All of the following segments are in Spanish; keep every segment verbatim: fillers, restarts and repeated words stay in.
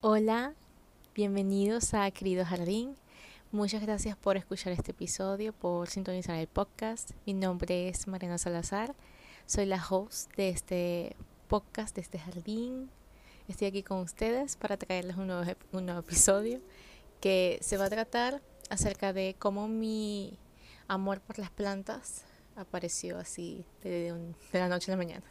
Hola, bienvenidos a Querido Jardín. Muchas gracias por escuchar este episodio, por sintonizar el podcast. Mi nombre es Mariana Salazar, soy la host de este podcast, de este jardín. Estoy aquí con ustedes para traerles un nuevo, un nuevo episodio que se va a tratar acerca de cómo mi amor por las plantas apareció así de, un, de la noche a la mañana.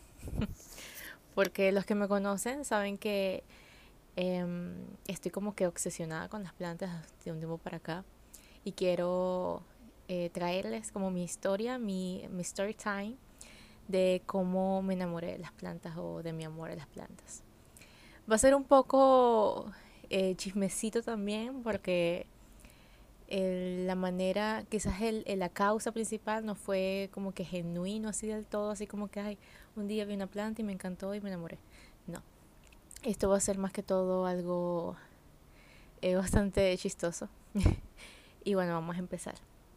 Porque los que me conocen saben que eh, estoy como que obsesionada con las plantas de un tiempo para acá y quiero eh, traerles como mi historia, mi, mi story time de cómo me enamoré de las plantas o de mi amor a las plantas. Va a ser un poco eh, chismecito también porque el, la manera, quizás el, el, la causa principal no fue como que genuino así del todo, así como que ay, un día vi una planta y me encantó y me enamoré. No, esto va a ser más que todo algo eh, bastante chistoso. Y bueno, vamos a empezar.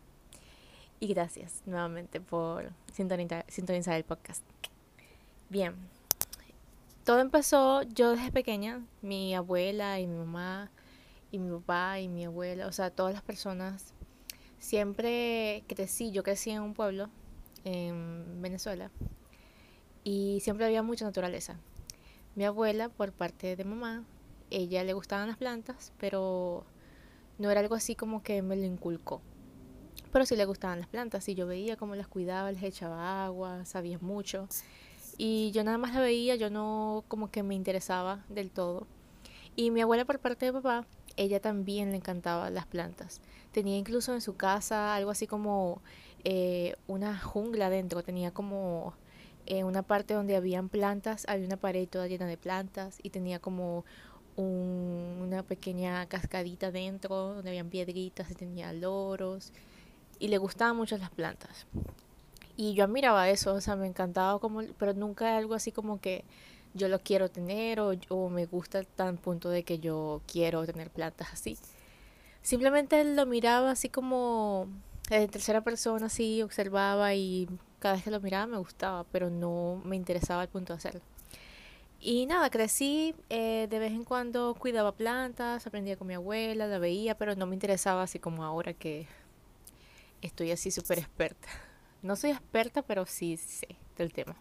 Y gracias nuevamente por sintonizar, sintonizar el podcast. Bien, todo empezó yo desde pequeña. Mi abuela y mi mamá y mi papá y mi abuela, o sea, todas las personas. Siempre crecí, yo crecí en un pueblo en Venezuela y siempre había mucha naturaleza. Mi abuela, por parte de mamá, ella le gustaban las plantas, pero no era algo así como que me lo inculcó. Pero sí le gustaban las plantas y yo veía cómo las cuidaba, les echaba agua, sabía mucho. Y yo nada más la veía, yo no como que me interesaba del todo. Y mi abuela por parte de papá, ella también le encantaba las plantas. Tenía incluso en su casa algo así como eh, una jungla dentro, tenía como eh, una parte donde habían plantas, había una pared toda llena de plantas y tenía como un, una pequeña cascadita dentro donde habían piedritas y tenía loros y le gustaban mucho las plantas. Y yo admiraba eso, o sea, me encantaba como, pero nunca algo así como que yo lo quiero tener o, o me gusta tan punto de que yo quiero tener plantas así. Simplemente lo miraba así como en tercera persona, así observaba y cada vez que lo miraba me gustaba, pero no me interesaba al punto de hacerlo. Y nada, crecí, eh, de vez en cuando cuidaba plantas, aprendía con mi abuela, la veía, pero no me interesaba así como ahora que estoy así súper experta. No soy experta, pero sí sé del tema.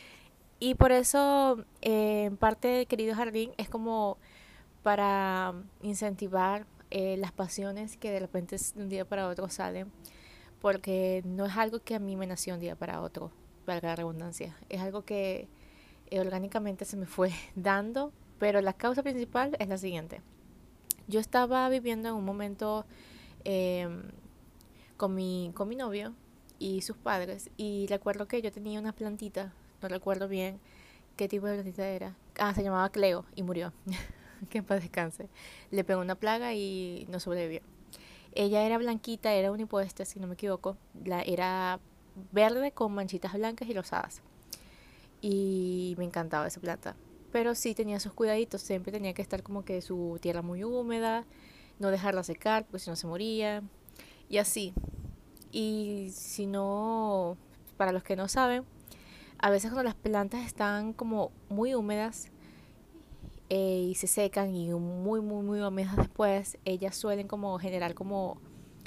Y por eso, eh, en parte, querido jardín, es como para incentivar eh, las pasiones que de repente de un día para otro salen, porque no es algo que a mí me nació un día para otro, valga la redundancia. Es algo que eh, orgánicamente se me fue dando, pero la causa principal es la siguiente. Yo estaba viviendo en un momento eh, con, mi, con mi novio y sus padres y recuerdo que yo tenía una plantita, no recuerdo bien qué tipo de plantita era. Ah, se llamaba Cleo y murió. Que en paz descanse. Le pegó una plaga y no sobrevivió. Ella era blanquita, era unipuesta, si no me equivoco. La, era verde con manchitas blancas y rosadas. Y me encantaba esa planta. Pero sí tenía sus cuidaditos, siempre tenía que estar como que su tierra muy húmeda, no dejarla secar porque si no se moría. Y así. Y si no, para los que no saben, a veces cuando las plantas están como muy húmedas eh, y se secan y muy, muy, muy húmedas después, ellas suelen como generar como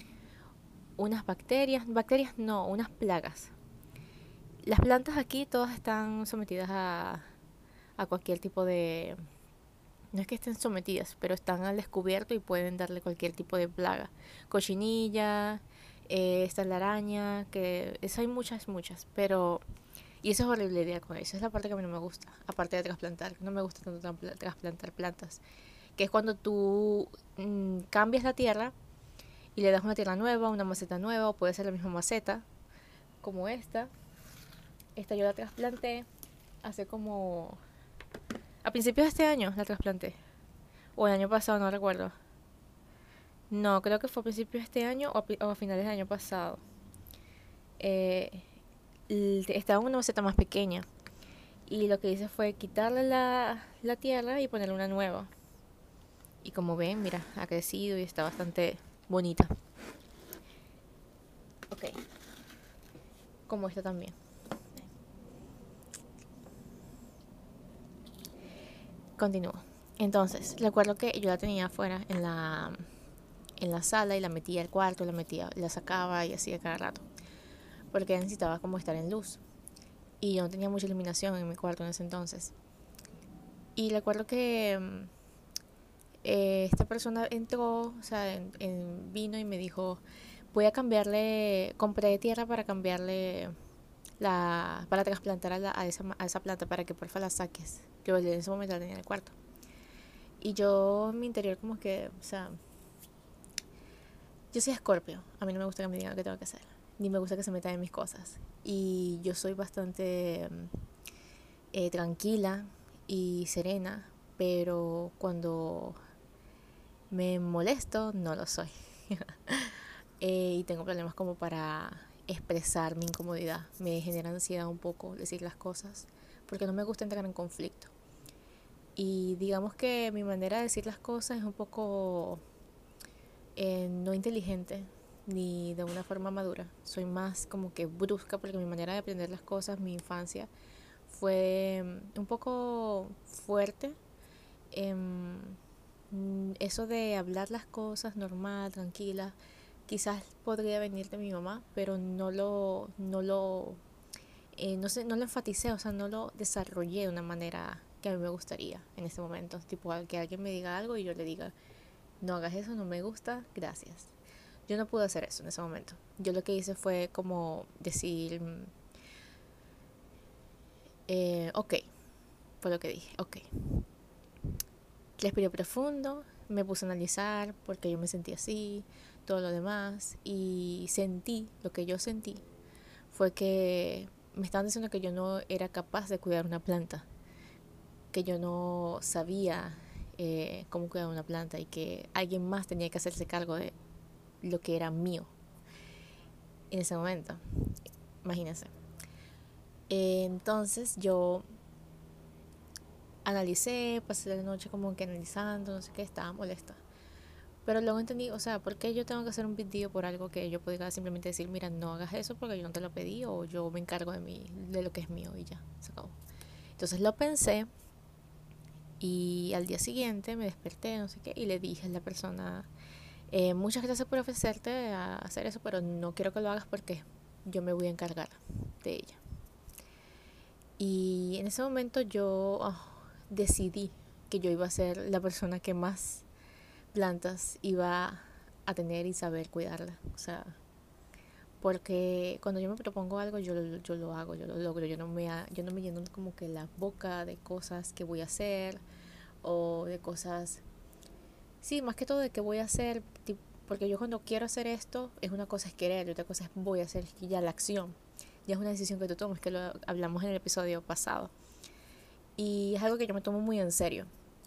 unas bacterias, bacterias no, unas plagas. Las plantas aquí todas están sometidas a, a cualquier tipo de... No es que estén sometidas, pero están al descubierto y pueden darle cualquier tipo de plaga. Cochinilla, eh, esta es la araña, que eso hay muchas, muchas, pero... Y eso es horrible idea con eso, es la parte que a mí no me gusta, aparte de trasplantar, no me gusta tanto trasplantar plantas, que es cuando tú mmm, cambias la tierra y le das una tierra nueva, una maceta nueva, o puede ser la misma maceta, como esta. Esta yo la trasplanté hace como... A principios de este año la trasplanté, o el año pasado, no recuerdo. No, creo que fue a principios de este año o a, o a finales del año pasado. Eh, estaba en una maceta más pequeña. Y lo que hice fue quitarle la, la tierra y ponerle una nueva. Y como ven, mira, ha crecido y está bastante bonita. Ok, como esta también. Continúo. Entonces, recuerdo que yo la tenía afuera en la, en la sala y la metía al cuarto, la metía, la sacaba y hacía cada rato. Porque necesitaba como estar en luz. Y yo no tenía mucha iluminación en mi cuarto en ese entonces. Y recuerdo que mm, eh, esta persona entró, o sea, en, en- vino y me dijo, voy a cambiarle, compré tierra para cambiarle la, para trasplantar a, la- a esa, a esa planta para que porfa la saques. Yo en ese momento la tenía en el cuarto. Y yo en mi interior como que, o sea, yo soy Escorpio, a mí no me gusta que me digan lo que tengo que hacer, ni me gusta que se metan en mis cosas. Y yo soy bastante mm, eh, tranquila y serena, pero cuando me molesto no lo soy. Eh, y tengo problemas como para expresar mi incomodidad. Me genera ansiedad un poco decir las cosas, porque no me gusta entrar en conflicto. Y digamos que mi manera de decir las cosas es un poco eh, no inteligente ni de una forma madura. Soy más como que brusca porque mi manera de aprender las cosas, mi infancia, fue mm, un poco fuerte. Em, mm, Eso de hablar las cosas normal, tranquila, quizás podría venir de mi mamá, pero no lo, no lo, eh, no sé, no lo enfaticé, o sea, no lo desarrollé de una manera que a mí me gustaría en este momento. Tipo, que alguien me diga algo y yo le diga, no hagas eso, no me gusta, gracias. Yo no pude hacer eso en ese momento. Yo lo que hice fue como decir, mm, eh, ok, fue lo que dije, ok. Respiré profundo, me puse a analizar porque yo me sentí así, todo lo demás, y sentí, lo que yo sentí fue que me estaban diciendo que yo no era capaz de cuidar una planta, que yo no sabía eh, cómo cuidar una planta y que alguien más tenía que hacerse cargo de lo que era mío en ese momento. Imagínense. Eh, entonces yo analicé, pasé la noche como que analizando, no sé qué, estaba molesta. Pero luego entendí, o sea, ¿por qué yo tengo que hacer un pedido por algo que yo podría simplemente decir, mira, no hagas eso porque yo no te lo pedí o yo me encargo de mí, de lo que es mío y ya, se acabó. Entonces lo pensé y al día siguiente me desperté, no sé qué, y le dije a la persona, eh, muchas gracias por ofrecerte a hacer eso, pero no quiero que lo hagas porque yo me voy a encargar de ella. Y en ese momento yo oh, decidí que yo iba a ser la persona que más plantas iba a tener y saber cuidarla. O sea, porque cuando yo me propongo algo, yo, lo- yo lo hago, yo lo logro. Yo no, me, yo no me lleno como que la boca de cosas que voy a hacer o de cosas. Sí, más que todo de qué voy a hacer. Porque yo cuando quiero hacer esto, es una cosa es querer y otra cosa es voy a hacer ya la acción. Ya es una decisión que tú tomas, que lo hablamos en el episodio pasado. Y es algo que yo me tomo muy en serio.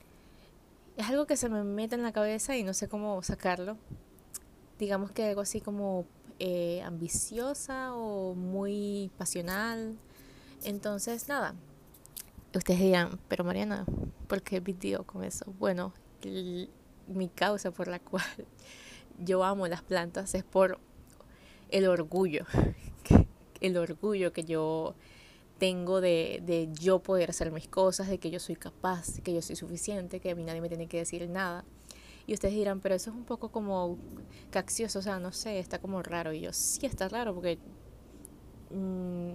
Es algo que se me mete en la cabeza y no sé cómo sacarlo. Digamos que algo así como eh, ambiciosa o muy pasional. Entonces, nada. Ustedes dirán, pero Mariana, ¿por qué big deal con eso? Bueno, el- mi causa por la cual yo amo las plantas es por el orgullo. El orgullo que yo tengo de, de yo poder hacer mis cosas, de que yo soy capaz, de que yo soy suficiente, que a mí nadie me tiene que decir nada. Y ustedes dirán, pero eso es un poco como caxioso, o sea, no sé, está como raro. Y yo, sí, está raro porque mmm,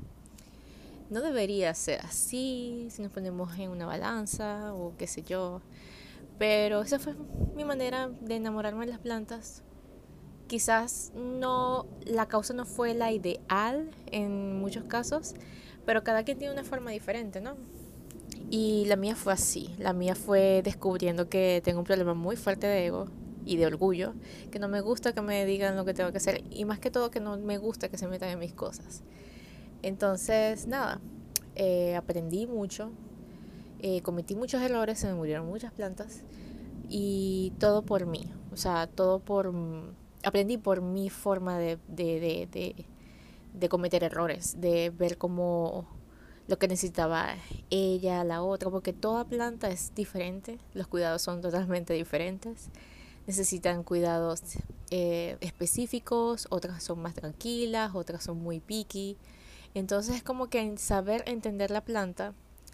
no debería ser así si nos ponemos en una balanza o qué sé yo. Pero esa fue mi manera de enamorarme de las plantas. Quizás no, la causa no fue la ideal en muchos casos, pero cada quien tiene una forma diferente, ¿no? Y la mía fue así, la mía fue descubriendo que tengo un problema muy fuerte de ego y de orgullo, que no me gusta que me digan lo que tengo que hacer y más que todo que no me gusta que se metan en mis cosas. Entonces, nada, eh, aprendí mucho, eh, cometí muchos errores, se me murieron muchas plantas y todo por mí, o sea, todo por... Aprendí por mi forma de, de, de, de, de cometer errores, de ver cómo lo que necesitaba ella, la otra, porque toda planta es diferente, los cuidados son totalmente diferentes, necesitan cuidados eh, específicos, otras son más tranquilas, otras son muy picky, entonces es como que saber entender la planta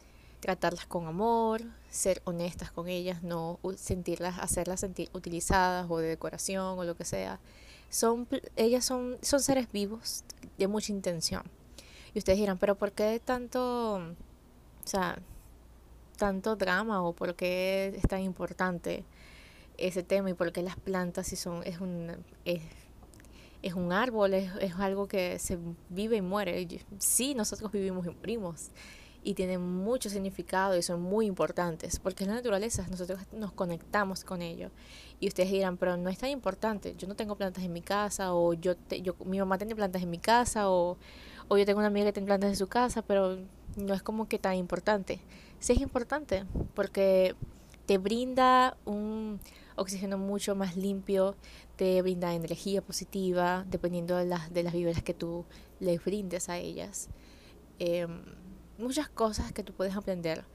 tratarlas con amor, ser honestas con ellas, no sentirlas, hacerlas sentir utilizadas o de decoración o lo que sea. Son, ellas son, son seres vivos de mucha intención. Y ustedes dirán, pero ¿por qué tanto, o sea, tanto drama o por qué es tan importante ese tema y por qué las plantas si son, es un, es, es un árbol, es, es algo que se vive y muere? Sí, nosotros vivimos y morimos y tienen mucho significado y son muy importantes porque es la naturaleza, nosotros nos conectamos con ello. Y ustedes dirán, pero no es tan importante, yo no tengo plantas en mi casa, o yo, te, yo mi mamá tiene plantas en mi casa, o, o yo tengo una amiga que tiene plantas en su casa, pero no es como que tan importante. Sí es importante porque te brinda un oxígeno mucho más limpio, te brinda energía positiva dependiendo de las, de las vibras que tú les brindes a ellas. Eh, muchas cosas que tú puedes aprender,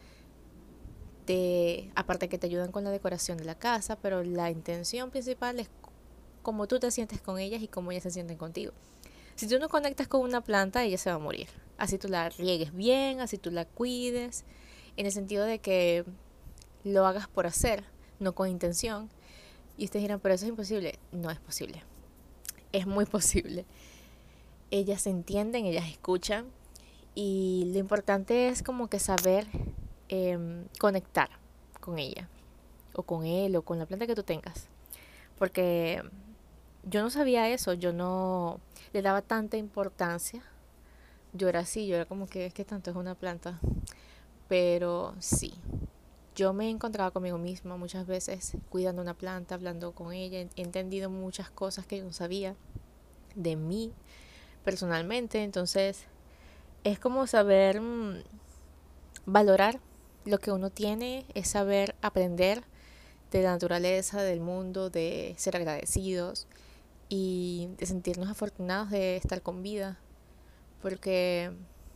de, aparte que te ayudan con la decoración de la casa, pero la intención principal es cómo tú te sientes con ellas y cómo ellas se sienten contigo. Si tú no conectas con una planta, ella se va a morir. Así tú la riegues bien, así tú la cuides, en el sentido de que lo hagas por hacer, no con intención. Y ustedes dirán, pero eso es imposible. No es posible. Es muy posible. Ellas se entienden, ellas escuchan. Y lo importante es como que saber eh, conectar con ella. O con él, o con la planta que tú tengas. Porque yo no sabía eso. Yo no le daba tanta importancia. Yo era así, yo era como que es que tanto es una planta. Pero sí, yo me he encontrado conmigo misma muchas veces cuidando una planta, hablando con ella. He entendido muchas cosas que yo no sabía de mí personalmente. Entonces es como saber mmm, valorar lo que uno tiene, es saber aprender de la naturaleza, del mundo, de ser agradecidos y de sentirnos afortunados de estar con vida. Porque,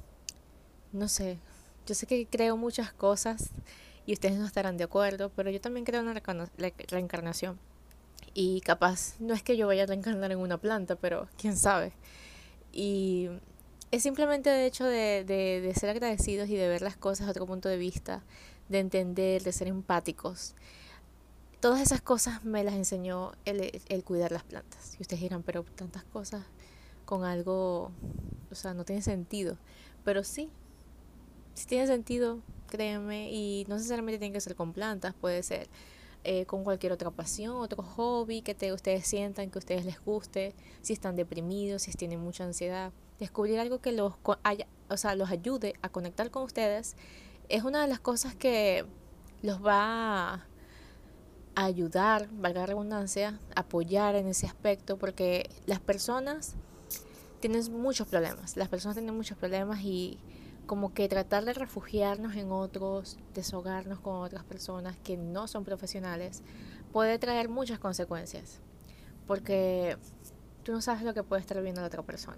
no sé, yo sé que creo muchas cosas y ustedes no estarán de acuerdo, pero yo también creo en la reencarnación. Y capaz no es que yo vaya a reencarnar en una planta, pero quién sabe. Y es simplemente el hecho de, de, de ser agradecidos y de ver las cosas a otro punto de vista, de entender, de ser empáticos. Todas esas cosas me las enseñó el, el cuidar las plantas. Y ustedes dirán, pero tantas cosas con algo, o sea, no tiene sentido. Pero sí, sí tiene sentido, créeme, y no necesariamente tiene que ser con plantas, puede ser eh, con cualquier otra pasión, otro hobby que te, ustedes sientan, que a ustedes les guste, si están deprimidos, si tienen mucha ansiedad. Descubrir algo que los, haya, o sea, los ayude a conectar con ustedes es una de las cosas que los va a ayudar, valga la redundancia, apoyar en ese aspecto, porque las personas tienen muchos problemas, las personas tienen muchos problemas y como que tratar de refugiarnos en otros, deshogarnos con otras personas que no son profesionales, puede traer muchas consecuencias, porque tú no sabes lo que puede estar viviendo la otra persona.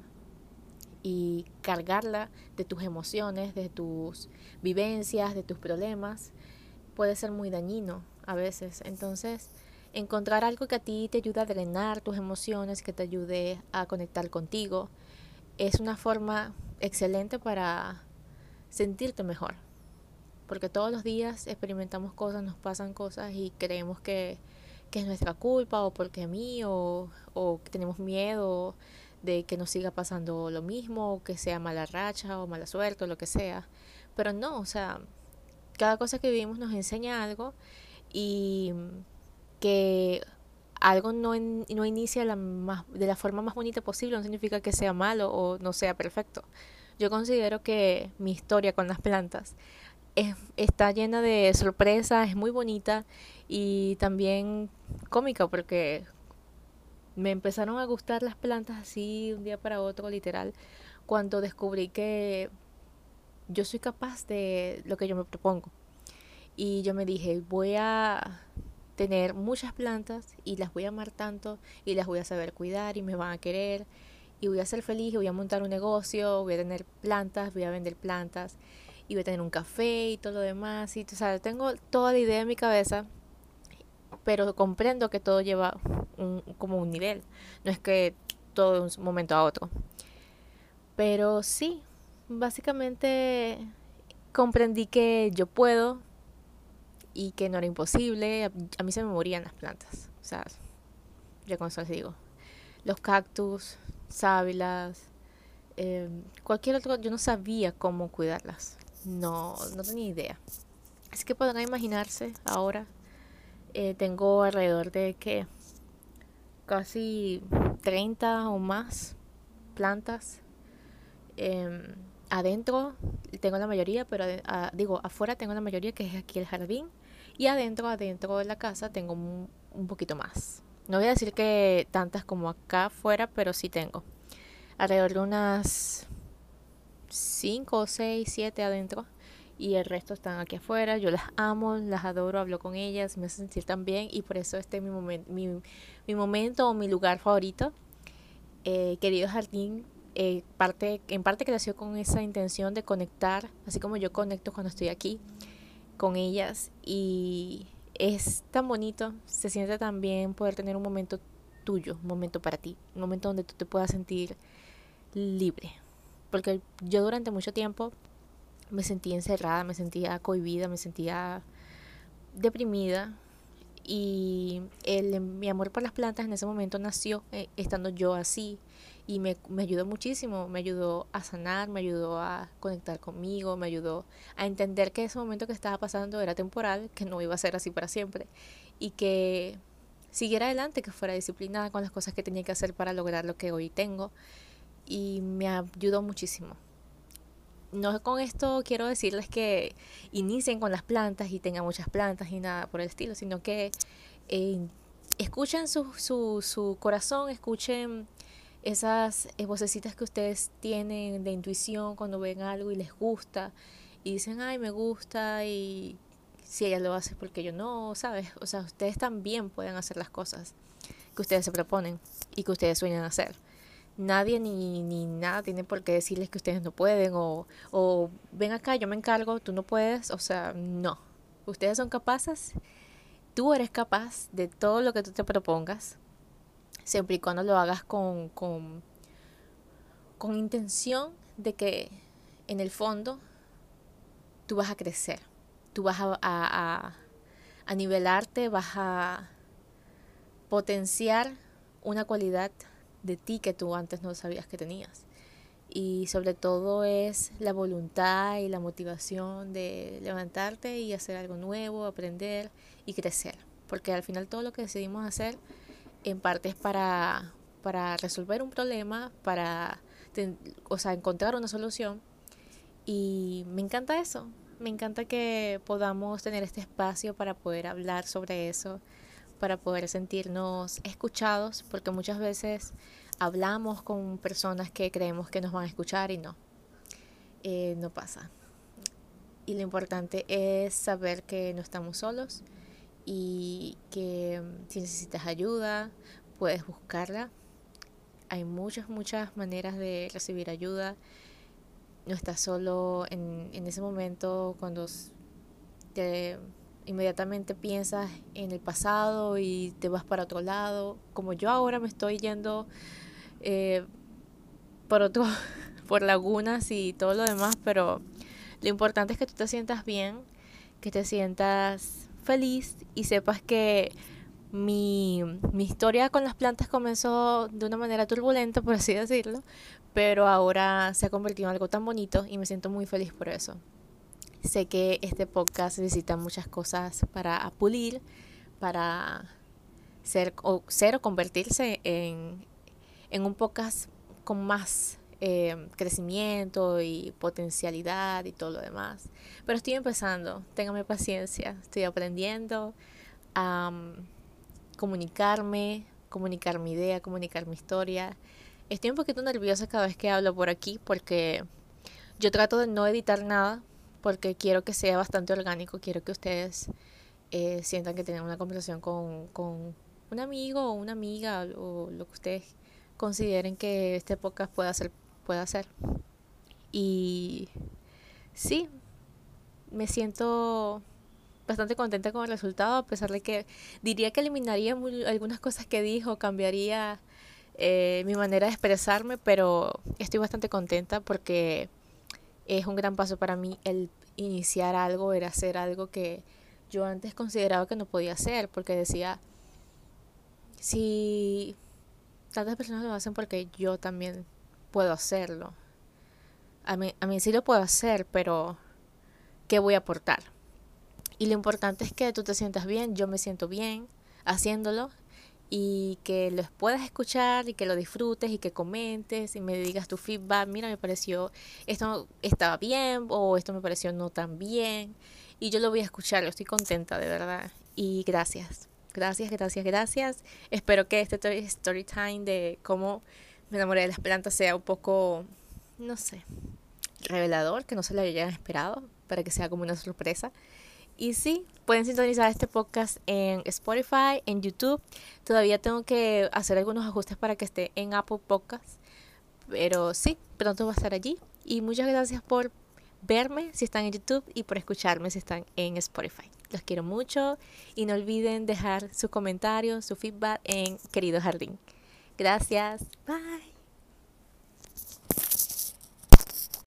Y cargarla de tus emociones, de tus vivencias, de tus problemas, puede ser muy dañino a veces. Entonces, encontrar algo que a ti te ayude a drenar tus emociones, que te ayude a conectar contigo, es una forma excelente para sentirte mejor. Porque todos los días experimentamos cosas, nos pasan cosas y creemos que, que es nuestra culpa, o porque a mí, o, o que tenemos miedo de que nos siga pasando lo mismo, o que sea mala racha o mala suerte o lo que sea. Pero no, o sea, cada cosa que vivimos nos enseña algo, y que algo no, en, no inicia la más, de la forma más bonita posible no significa que sea malo o no sea perfecto. Yo considero que mi historia con las plantas es, está llena de sorpresas, es muy bonita y también cómica, porque me empezaron a gustar las plantas así de un día para otro, literal, cuando descubrí que yo soy capaz de lo que yo me propongo. Y yo me dije, voy a tener muchas plantas y las voy a amar tanto y las voy a saber cuidar y me van a querer y voy a ser feliz y voy a montar un negocio, voy a tener plantas, voy a vender plantas y voy a tener un café y todo lo demás. Y, o sea, tengo toda la idea en mi cabeza, pero comprendo que todo lleva un, como un nivel. No es que todo de un momento a otro. Pero sí, básicamente comprendí que yo puedo y que no era imposible. A, a mí se me morían las plantas, o sea, ya con eso les digo. Los cactus, sábilas, eh, cualquier otro, yo no sabía cómo cuidarlas. No, no tenía idea. Así que podrán imaginarse ahora, eh, tengo alrededor de que casi treinta o más plantas. Eh, adentro tengo la mayoría, pero a, digo, afuera tengo la mayoría, que es aquí el jardín. Y adentro, adentro de la casa tengo un, un poquito más. No voy a decir que tantas como acá afuera, pero sí tengo. Alrededor de unas cinco seis siete adentro. Y el resto están aquí afuera. Yo las amo, las adoro, hablo con ellas, me hace sentir tan bien. Y por eso este es mi, momen- mi, mi momento o mi lugar favorito. Eh, querido jardín, eh, parte, en parte creció con esa intención de conectar, así como yo conecto cuando estoy aquí con ellas. Y es tan bonito, se siente tan bien poder tener un momento tuyo, un momento para ti, un momento donde tú te puedas sentir libre. Porque yo durante mucho tiempo me sentía encerrada, me sentía cohibida, me sentía deprimida. Y el, mi amor por las plantas en ese momento nació eh, estando yo así. Y me, me ayudó muchísimo, me ayudó a sanar, me ayudó a conectar conmigo, me ayudó a entender que ese momento que estaba pasando era temporal, que no iba a ser así para siempre. Y que siguiera adelante, que fuera disciplinada con las cosas que tenía que hacer para lograr lo que hoy tengo. Y me ayudó muchísimo. No con esto quiero decirles que inicien con las plantas y tengan muchas plantas y nada por el estilo, sino que eh, escuchen su, su, su corazón, escuchen esas eh, vocecitas que ustedes tienen de intuición cuando ven algo y les gusta y dicen, ay, me gusta, y si ella lo hace porque yo no, ¿sabes? O sea, ustedes también pueden hacer las cosas que ustedes se proponen y que ustedes sueñan hacer. Nadie ni, ni nada tiene por qué decirles que ustedes no pueden o, o ven acá, yo me encargo, tú no puedes. O sea, no. Ustedes son capaces, tú eres capaz de todo lo que tú te propongas, siempre y cuando lo hagas con, con, con intención de que en el fondo tú vas a crecer, tú vas a, a, a, a nivelarte, vas a potenciar una cualidad de ti que tú antes no sabías que tenías. Y sobre todo es la voluntad y la motivación de levantarte y hacer algo nuevo, aprender y crecer. Porque al final todo lo que decidimos hacer en parte es para, para resolver un problema, para ten, o sea, encontrar una solución. Y me encanta eso. Me encanta que podamos tener este espacio para poder hablar sobre eso, para poder sentirnos escuchados, porque muchas veces hablamos con personas que creemos que nos van a escuchar y no, eh, no pasa. Y lo importante es saber que no estamos solos y que si necesitas ayuda, puedes buscarla. Hay muchas, muchas maneras de recibir ayuda. No estás solo en, en ese momento cuando te inmediatamente piensas en el pasado y te vas para otro lado, como yo ahora me estoy yendo eh, por otro por lagunas y todo lo demás, pero lo importante es que tú te sientas bien, que te sientas feliz y sepas que mi, mi historia con las plantas comenzó de una manera turbulenta, por así decirlo, pero ahora se ha convertido en algo tan bonito y me siento muy feliz por eso. Sé que este podcast necesita muchas cosas para pulir, para ser o, ser o convertirse en, en un podcast con más eh, crecimiento y potencialidad y todo lo demás. Pero estoy empezando, téngame paciencia, estoy aprendiendo a um, comunicarme, comunicar mi idea, comunicar mi historia. Estoy un poquito nerviosa cada vez que hablo por aquí porque yo trato de no editar nada porque quiero que sea bastante orgánico, quiero que ustedes eh, sientan que tienen una conversación con, con un amigo o una amiga o lo que ustedes consideren que este podcast pueda hacer, pueda hacer. Y sí, me siento bastante contenta con el resultado, a pesar de que diría que eliminaría muy, algunas cosas que dijo, cambiaría eh, mi manera de expresarme, pero estoy bastante contenta porque Es un gran paso para mí el iniciar algo, era hacer algo que yo antes consideraba que no podía hacer, porque decía, si tantas personas lo hacen, porque yo también puedo hacerlo. A mí, a mí sí lo puedo hacer, pero ¿qué voy a aportar? Y lo importante es que tú te sientas bien, yo me siento bien haciéndolo y que lo puedas escuchar y que lo disfrutes y que comentes y me digas tu feedback, mira, me pareció esto estaba bien o esto me pareció no tan bien y yo lo voy a escuchar, estoy contenta de verdad y gracias, gracias, gracias, gracias. Espero que este story time de cómo me enamoré de las plantas sea un poco, no sé, revelador, que no se lo hayan esperado, para que sea como una sorpresa. Y sí, pueden sintonizar este podcast en Spotify, en YouTube. Todavía tengo que hacer algunos ajustes para que esté en Apple Podcasts. Pero sí, pronto va a estar allí. Y muchas gracias por verme si están en YouTube y por escucharme si están en Spotify. Los quiero mucho y no olviden dejar sus comentarios, su feedback en Querido Jardín. Gracias. Bye.